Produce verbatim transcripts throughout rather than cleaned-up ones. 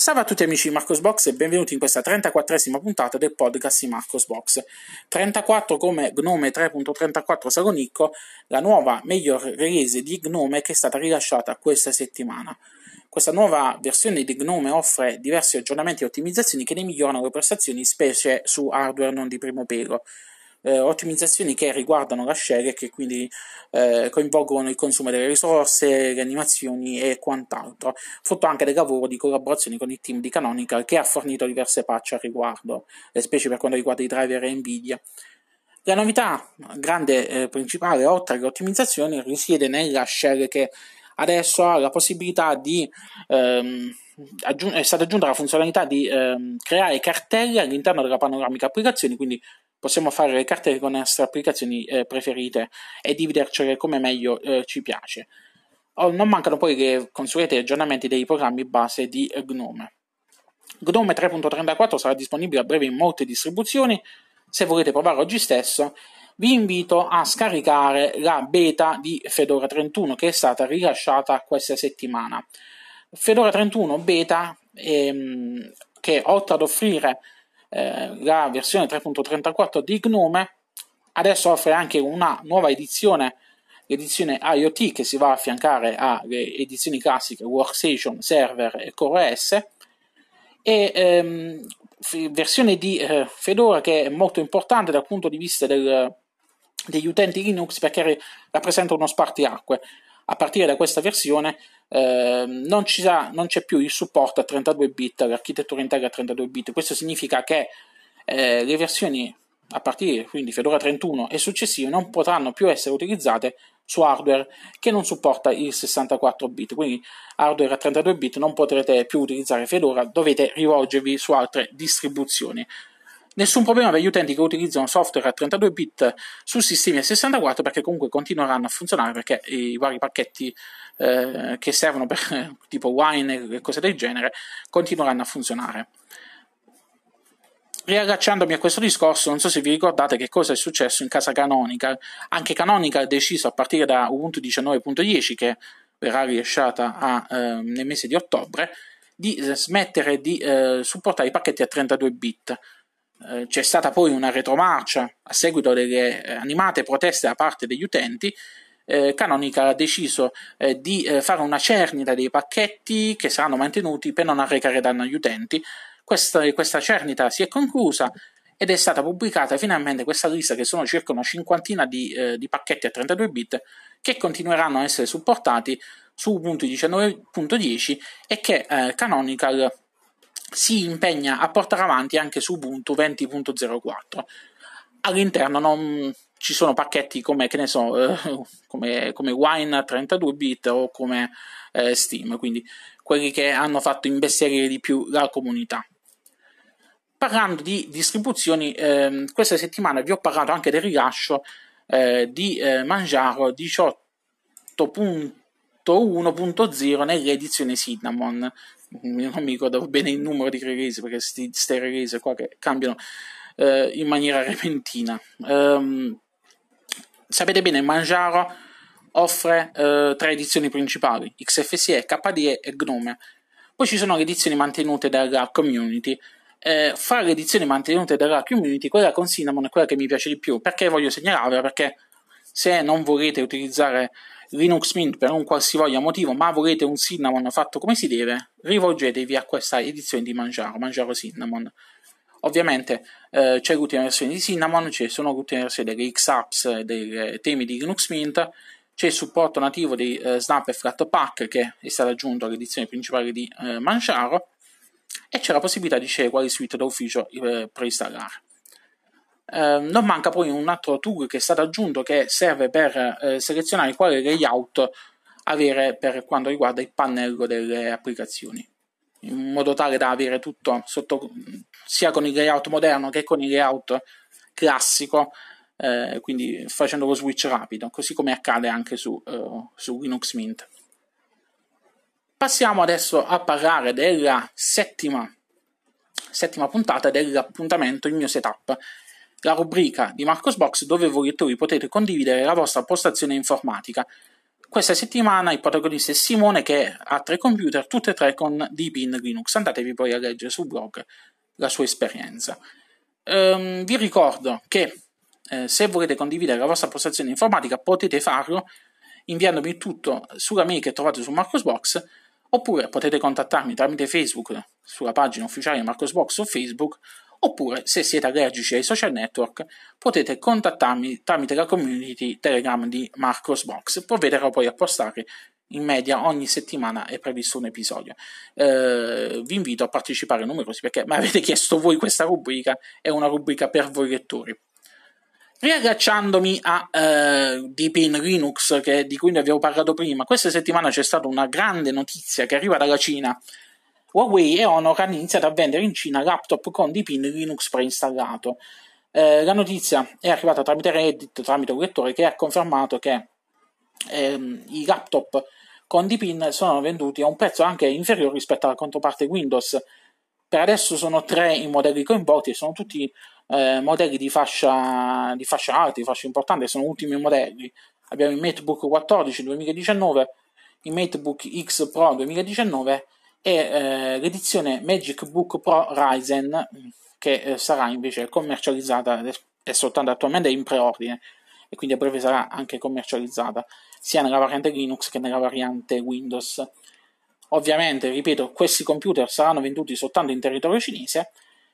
Salve a tutti amici di Marcosbox e benvenuti in questa trentaquattresima puntata del podcast di Marcosbox. trentaquattro come Gnome tre punto trentaquattro Sagonicco, la nuova miglior release di Gnome che è stata rilasciata questa settimana. Questa nuova versione di Gnome offre diversi aggiornamenti e ottimizzazioni che ne migliorano le prestazioni, specie su hardware non di primo pelo. Eh, ottimizzazioni che riguardano la share e che quindi eh, coinvolgono il consumo delle risorse, le animazioni e quant'altro, frutto anche del lavoro di collaborazione con il team di Canonical che ha fornito diverse patch al riguardo, eh, specie per quanto riguarda i driver e Nvidia. La novità grande eh, principale, oltre alle ottimizzazioni, risiede nella share che adesso ha la possibilità di ehm, aggiung- è stata aggiunta la funzionalità di ehm, creare cartelle all'interno della panoramica applicazioni, quindi possiamo fare le cartelle con le nostre applicazioni eh, preferite e dividercele come meglio eh, ci piace. Oh, non mancano poi le consueti aggiornamenti dei programmi base di Gnome. Gnome tre punto trentaquattro sarà disponibile a breve in molte distribuzioni. Se volete provare oggi stesso, vi invito a scaricare la beta di Fedora trentuno che è stata rilasciata questa settimana. Fedora trentuno beta ehm, che oltre ad offrire eh, la versione tre punto trentaquattro di Gnome adesso offre anche una nuova edizione, l'edizione IoT, che si va a affiancare alle edizioni classiche Workstation, Server e CoreOS, e ehm, versione di eh, Fedora che è molto importante dal punto di vista del, degli utenti Linux perché rappresenta uno spartiacque. A partire da questa versione eh, non, ci sa, non c'è più il supporto a trentadue bit, l'architettura interna a trentadue bit. Questo significa che eh, le versioni a partire quindi Fedora trentuno e successive non potranno più essere utilizzate su hardware che non supporta il sessantaquattro bit. Quindi hardware a trentadue bit non potrete più utilizzare Fedora, dovete rivolgervi su altre distribuzioni. Nessun problema per gli utenti che utilizzano software a trentadue bit su sistemi a sessantaquattro, perché comunque continueranno a funzionare, perché i vari pacchetti eh, che servono per tipo Wine e cose del genere continueranno a funzionare. Riallacciandomi a questo discorso, non so se vi ricordate che cosa è successo in casa Canonical. Anche Canonical ha deciso a partire da Ubuntu diciannove punto dieci, che verrà rilasciata a, eh, nel mese di ottobre, di eh, smettere di eh, supportare i pacchetti a trentadue bit. C'è stata poi una retromarcia a seguito delle animate proteste da parte degli utenti. eh, Canonical ha deciso eh, di eh, fare una cernita dei pacchetti che saranno mantenuti per non arrecare danno agli utenti. Questa, questa cernita si è conclusa ed è stata pubblicata finalmente questa lista, che sono circa una cinquantina di, eh, di pacchetti a trentadue bit che continueranno a essere supportati su Ubuntu diciannove punto dieci e che eh, Canonical si impegna a portare avanti anche su Ubuntu venti punto zero quattro. All'interno non ci sono pacchetti come, che ne so, eh, come, come Wine a trentadue bit o come eh, Steam, quindi quelli che hanno fatto imbestialire di più la comunità. Parlando di distribuzioni, eh, questa settimana vi ho parlato anche del rilascio eh, di eh, Manjaro diciotto punto uno punto zero nelle edizioni Cinnamon. Non mi ricordo bene il numero di release, perché queste release qua che cambiano eh, in maniera repentina. Um, sapete bene, Manjaro offre eh, tre edizioni principali: X F C E, K D E e Gnome. Poi ci sono le edizioni mantenute dalla community. Eh, fra le edizioni mantenute dalla community, quella con Cinnamon è quella che mi piace di più. Perché voglio segnalarla? Perché se non volete utilizzare Linux Mint per un qualsivoglia motivo, ma volete un Cinnamon fatto come si deve, rivolgetevi a questa edizione di Manjaro, Manjaro Cinnamon. Ovviamente eh, c'è l'ultima versione di Cinnamon, ci sono l'ultima versione delle X-Apps, dei temi di Linux Mint, c'è il supporto nativo di eh, Snap e Flatpak che è stato aggiunto all'edizione principale di eh, Manjaro, e c'è la possibilità di scegliere quali suite d'ufficio eh, preinstallare. Eh, non manca poi un altro tool che è stato aggiunto, che serve per eh, selezionare quale layout avere per quanto riguarda il pannello delle applicazioni, in modo tale da avere tutto sotto, sia con il layout moderno che con il layout classico, eh, quindi facendo lo switch rapido, così come accade anche su, uh, su Linux Mint. Passiamo adesso a parlare della settima, settima puntata dell'appuntamento Il mio setup, la rubrica di Marcosbox dove voi lettori potete condividere la vostra postazione informatica. questa settimana il protagonista è Simone, che ha tre computer, tutte e tre con Deepin Linux. Andatevi poi a leggere sul blog la sua esperienza. Ehm, vi ricordo che eh, se volete condividere la vostra postazione informatica potete farlo inviandomi tutto sulla mail che trovate su Marcosbox, oppure potete contattarmi tramite Facebook sulla pagina ufficiale Marcosbox su Facebook, oppure se siete allergici ai social network potete contattarmi tramite la community Telegram di Marcosbox. Provvederò poi a postare in media ogni settimana, è previsto un episodio. Eh, vi invito a partecipare numerosi perché mi avete chiesto voi questa rubrica, è una rubrica per voi lettori. Riallacciandomi a eh, Deepin Linux, che, di cui ne avevo parlato prima, questa settimana c'è stata una grande notizia che arriva dalla Cina. Huawei e Honor hanno iniziato a vendere in Cina laptop con Deepin Linux preinstallato. Eh, la notizia è arrivata tramite Reddit, tramite un lettore che ha confermato che ehm, i laptop con Deepin sono venduti a un prezzo anche inferiore rispetto alla controparte Windows. Per adesso sono tre i modelli coinvolti e sono tutti eh, modelli di fascia, di fascia alta, di fascia importante, sono ultimi modelli. Abbiamo il MateBook quattordici duemiladiciannove, il MateBook X Pro duemiladiciannove e eh, l'edizione Magic Book Pro Ryzen, che eh, sarà invece commercializzata, è soltanto attualmente in preordine e quindi a breve sarà anche commercializzata sia nella variante Linux che nella variante Windows. Ovviamente, ripeto, questi computer saranno venduti soltanto in territorio cinese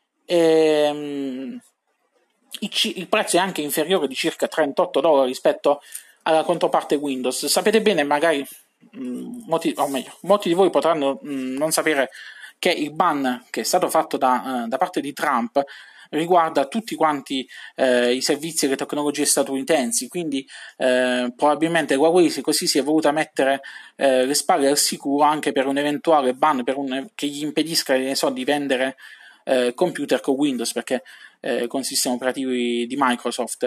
e um, il, il prezzo è anche inferiore di circa trentotto dollari rispetto alla controparte Windows. Sapete bene, magari mh, molti, o meglio, molti di voi potranno mh, non sapere che il ban che è stato fatto da, uh, da parte di Trump riguarda tutti quanti eh, i servizi e le tecnologie statunitensi, quindi eh, probabilmente Huawei così si è voluta mettere eh, le spalle al sicuro anche per un eventuale ban per un, che gli impedisca, ne so, di vendere eh, computer con Windows, perché eh, con sistemi operativi di Microsoft.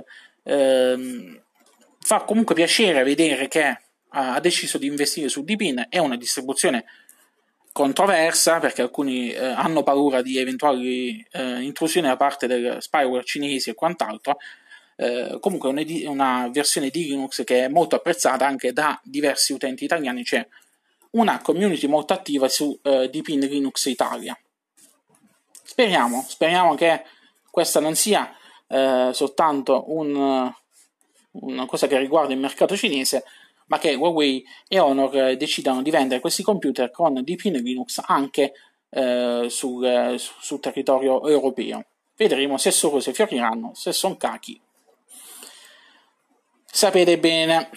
Eh, fa comunque piacere vedere che ha deciso di investire su Deepin. È una distribuzione controversa perché alcuni eh, hanno paura di eventuali eh, intrusioni da parte del spyware cinesi e quant'altro. Eh, comunque è una versione di Linux che è molto apprezzata anche da diversi utenti italiani. C'è una community molto attiva su eh, Deepin Linux Italia. Speriamo, speriamo che questa non sia eh, soltanto un, una cosa che riguarda il mercato cinese, ma che Huawei e Honor decidano di vendere questi computer con Deepin Linux anche eh, sul, eh, sul territorio europeo. Vedremo se sono rose fioriranno, se sono cachi. Sapete bene.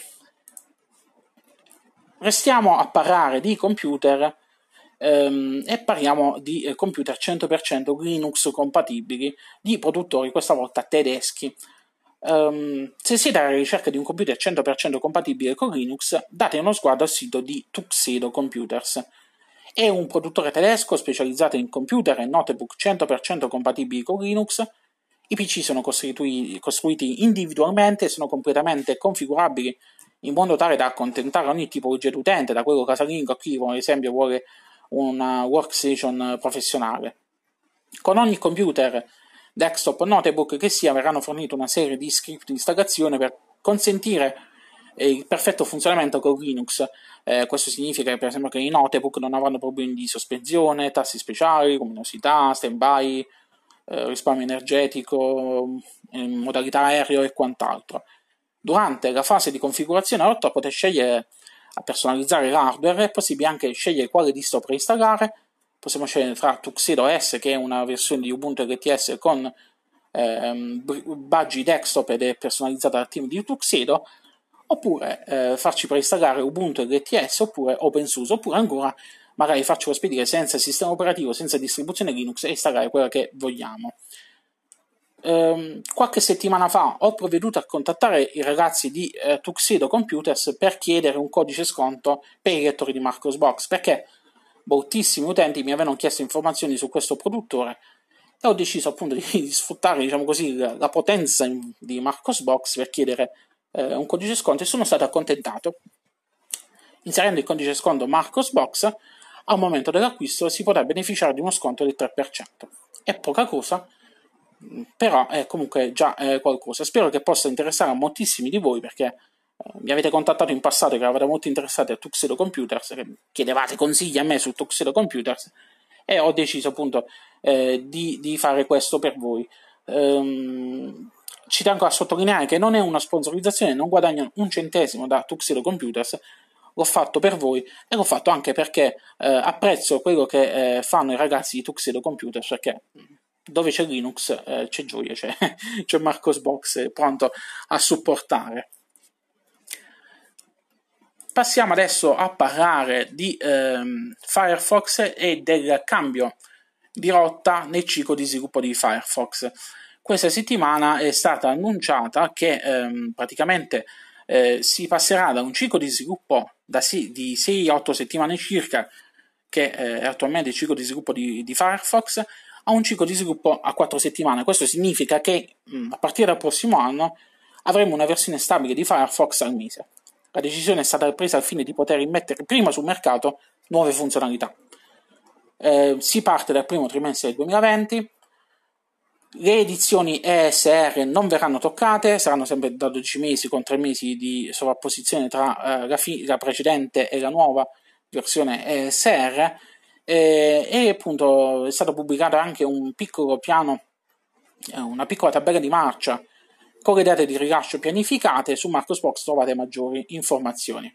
Restiamo a parlare di computer ehm, e parliamo di eh, computer cento per cento Linux compatibili di produttori questa volta tedeschi. Um, se siete alla ricerca di un computer cento per cento compatibile con Linux, date uno sguardo al sito di Tuxedo Computers. È un produttore tedesco specializzato in computer e notebook cento per cento compatibili con Linux. I P C sono costruiti, costruiti individualmente e sono completamente configurabili in modo tale da accontentare ogni tipologia di utente, da quello casalingo a chi, per esempio, vuole una workstation professionale. Con ogni computer desktop o notebook che sia verranno fornite una serie di script di installazione per consentire eh, il perfetto funzionamento con Linux. Eh, questo significa per esempio che i notebook non avranno problemi di sospensione, tasti speciali, luminosità, stand-by, eh, risparmio energetico, in modalità aereo e quant'altro. Durante la fase di configurazione Otto potete scegliere a personalizzare l'hardware, è possibile anche scegliere quale distro preinstallare. Possiamo scegliere tra Tuxedo S, che è una versione di Ubuntu L T S con ehm, Budgie Desktop ed è personalizzata dal team di Tuxedo, oppure eh, farci preinstallare Ubuntu L T S oppure OpenSUSE, oppure ancora magari farcelo spedire senza sistema operativo, senza distribuzione Linux e installare quella che vogliamo. Um, qualche settimana fa ho provveduto a contattare i ragazzi di eh, Tuxedo Computers per chiedere un codice sconto per i lettori di Marcosbox, perché moltissimi utenti mi avevano chiesto informazioni su questo produttore e ho deciso appunto di, di sfruttare, diciamo così, la, la potenza di Marcosbox per chiedere eh, un codice sconto e sono stato accontentato. Inserendo il codice sconto Marcosbox, al momento dell'acquisto si potrà beneficiare di uno sconto del tre per cento. È poca cosa, però è comunque già eh, qualcosa. Spero che possa interessare a moltissimi di voi, perché mi avete contattato in passato che eravate molto interessati a Tuxedo Computers, che chiedevate consigli a me su Tuxedo Computers, e ho deciso appunto eh, di, di fare questo per voi. Um, ci tengo a sottolineare che non è una sponsorizzazione, non guadagno un centesimo da Tuxedo Computers, l'ho fatto per voi e l'ho fatto anche perché eh, apprezzo quello che eh, fanno i ragazzi di Tuxedo Computers, perché dove c'è Linux eh, c'è gioia, c'è, c'è Marcosbox pronto a supportare. Passiamo adesso a parlare di ehm, Firefox e del cambio di rotta nel ciclo di sviluppo di Firefox. Questa settimana è stata annunciata che ehm, praticamente eh, si passerà da un ciclo di sviluppo da si, di sei otto settimane circa, che eh, è attualmente il ciclo di sviluppo di, di Firefox, a un ciclo di sviluppo a quattro settimane. Questo significa che mh, a partire dal prossimo anno avremo una versione stabile di Firefox al mese. La decisione è stata presa al fine di poter immettere prima sul mercato nuove funzionalità. Eh, si parte dal primo trimestre del duemilaventi, le edizioni E S R non verranno toccate, saranno sempre da dodici mesi con tre mesi di sovrapposizione tra eh, la, fi- la precedente e la nuova versione E S R, eh, e appunto è stato pubblicato anche un piccolo piano, eh, una piccola tabella di marcia con le date di rilascio pianificate. Su Marcosbox trovate maggiori informazioni.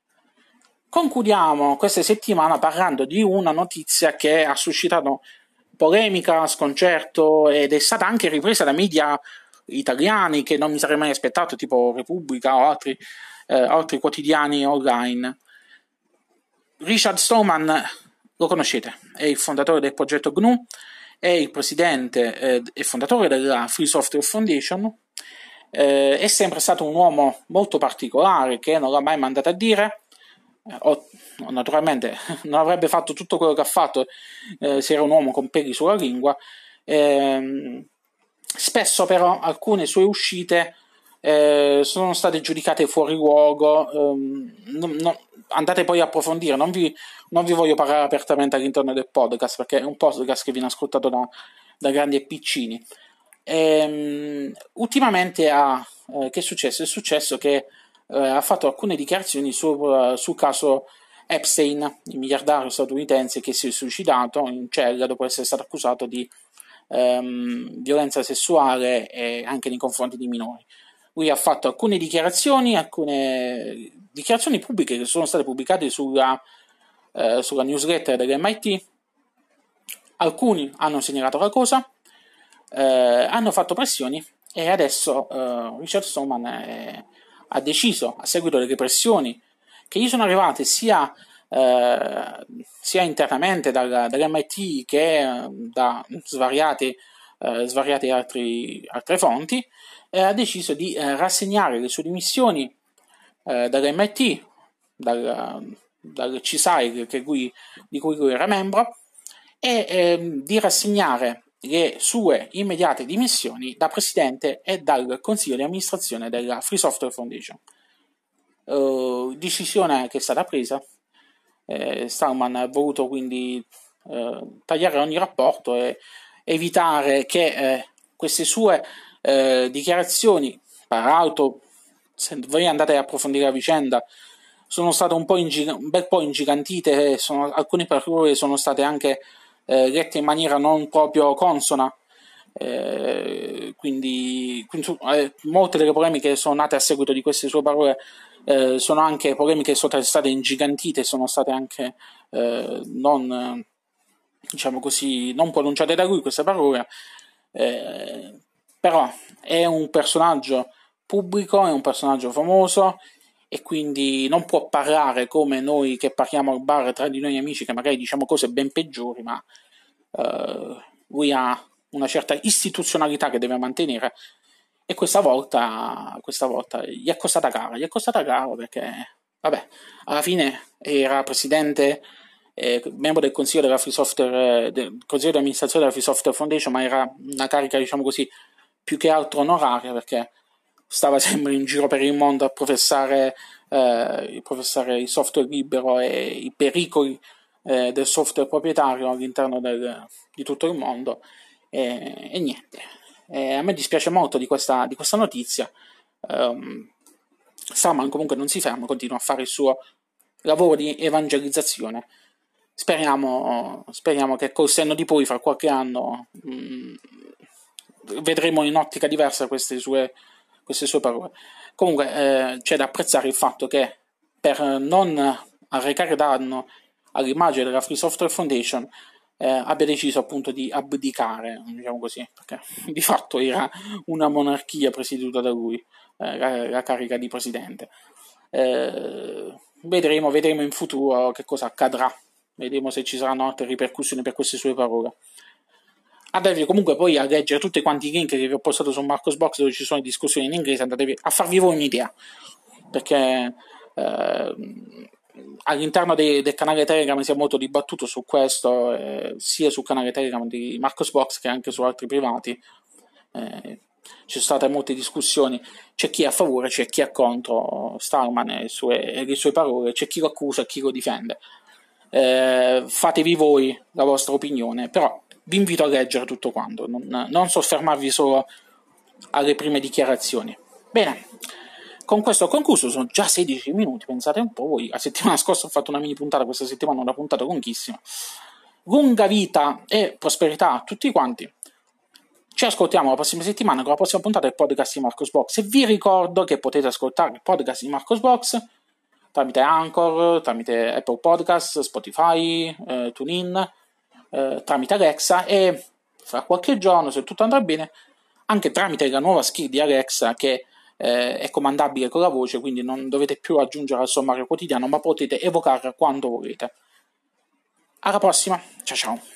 Concludiamo questa settimana parlando di una notizia che ha suscitato polemica, sconcerto ed è stata anche ripresa da media italiani che non mi sarei mai aspettato, tipo Repubblica o altri, eh, altri quotidiani online. Richard Stallman lo conoscete, è il fondatore del progetto G N U, è il presidente eh, e fondatore della Free Software Foundation. Eh, è sempre stato un uomo molto particolare che non l'ha mai mandato a dire, eh, o, naturalmente non avrebbe fatto tutto quello che ha fatto eh, se era un uomo con peli sulla lingua. Eh, spesso però alcune sue uscite eh, sono state giudicate fuori luogo, ehm, no, no, andate poi a approfondire, non vi, non vi voglio parlare apertamente all'interno del podcast perché è un podcast che viene ascoltato da, da grandi e piccini. Ehm, ultimamente ha, eh, che è successo? È successo che eh, ha fatto alcune dichiarazioni sul, sul caso Epstein, il miliardario statunitense che si è suicidato in cella dopo essere stato accusato di ehm, violenza sessuale e anche nei confronti di minori. Lui ha fatto alcune dichiarazioni, alcune dichiarazioni pubbliche che sono state pubblicate sulla, eh, sulla newsletter dell'M I T. Alcuni hanno segnalato la cosa, eh, hanno fatto pressioni e adesso eh, Richard Stallman è, ha deciso, a seguito delle pressioni che gli sono arrivate sia, eh, sia internamente dal, dall'M I T che eh, da svariati, eh, svariati altri, altre fonti, eh, ha deciso di eh, rassegnare le sue dimissioni eh, dall'M I T, dal, dal C S I L che lui, di cui lui era membro, e eh, di rassegnare le sue immediate dimissioni da presidente e dal consiglio di amministrazione della Free Software Foundation. Uh, decisione che è stata presa. eh, Stallman ha voluto quindi eh, tagliare ogni rapporto e evitare che eh, queste sue eh, dichiarazioni, peraltro se voi andate a approfondire la vicenda, sono state un, po ingig- un bel po' ingigantite, sono, alcune parole sono state anche eh, lette in maniera non proprio consona. Eh, quindi, quindi eh, molte delle polemiche sono nate a seguito di queste sue parole eh, sono anche polemiche che sono state ingigantite, sono state anche eh, non, diciamo così, non pronunciate da lui queste parole, eh, però è un personaggio pubblico, è un personaggio famoso e quindi non può parlare come noi che parliamo al bar tra di noi amici, che magari diciamo cose ben peggiori, ma eh, lui ha una certa istituzionalità che deve mantenere e questa volta, questa volta gli è costata cara, gli è costata cara perché, vabbè, alla fine era presidente, eh, membro del consiglio della Free Software, del consiglio di amministrazione della Free Software Foundation, ma era una carica, diciamo così, più che altro onoraria perché stava sempre in giro per il mondo a professare, eh, professare il software libero e i pericoli eh, del software proprietario all'interno del, di tutto il mondo e, e niente. Eh, a me dispiace molto di questa, di questa notizia. Um, Starman comunque non si ferma, continua a fare il suo lavoro di evangelizzazione. Speriamo, speriamo che col senno di poi, fra qualche anno, mh, vedremo in ottica diversa queste sue, queste sue parole. Comunque eh, c'è da apprezzare il fatto che per non arrecare danno all'immagine della Free Software Foundation eh, abbia deciso appunto di abdicare, diciamo così, perché di fatto era una monarchia presieduta da lui, eh, la, la carica di presidente. Eh, vedremo, vedremo in futuro che cosa accadrà, vedremo se ci saranno altre ripercussioni per queste sue parole. Andatevi comunque poi a leggere tutti quanti i link che vi ho postato su Marcosbox, dove ci sono discussioni in inglese, andatevi a farvi voi un'idea, perché eh, all'interno dei, del canale Telegram si è molto dibattuto su questo, eh, sia sul canale Telegram di Marcosbox che anche su altri privati. Eh, ci sono state molte discussioni, c'è chi è a favore, c'è chi è contro Starman e le sue, e le sue parole, c'è chi lo accusa e chi lo difende. Eh, fatevi voi la vostra opinione, però vi invito a leggere tutto quanto, non, non soffermarvi solo alle prime dichiarazioni. Bene, con questo ho concluso, sono già sedici minuti, pensate un po' voi. La settimana scorsa ho fatto una mini puntata, questa settimana una puntata lunghissima. Lunga vita e prosperità a tutti quanti. Ci ascoltiamo la prossima settimana con la prossima puntata del podcast di Marcosbox, e vi ricordo che potete ascoltare il podcast di Marcosbox tramite Anchor, tramite Apple Podcast, Spotify, eh, TuneIn, eh, tramite Alexa, e fra qualche giorno, se tutto andrà bene, anche tramite la nuova skill di Alexa che eh, è comandabile con la voce, quindi non dovete più aggiungere al sommario quotidiano, ma potete evocarla quando volete. Alla prossima, ciao ciao!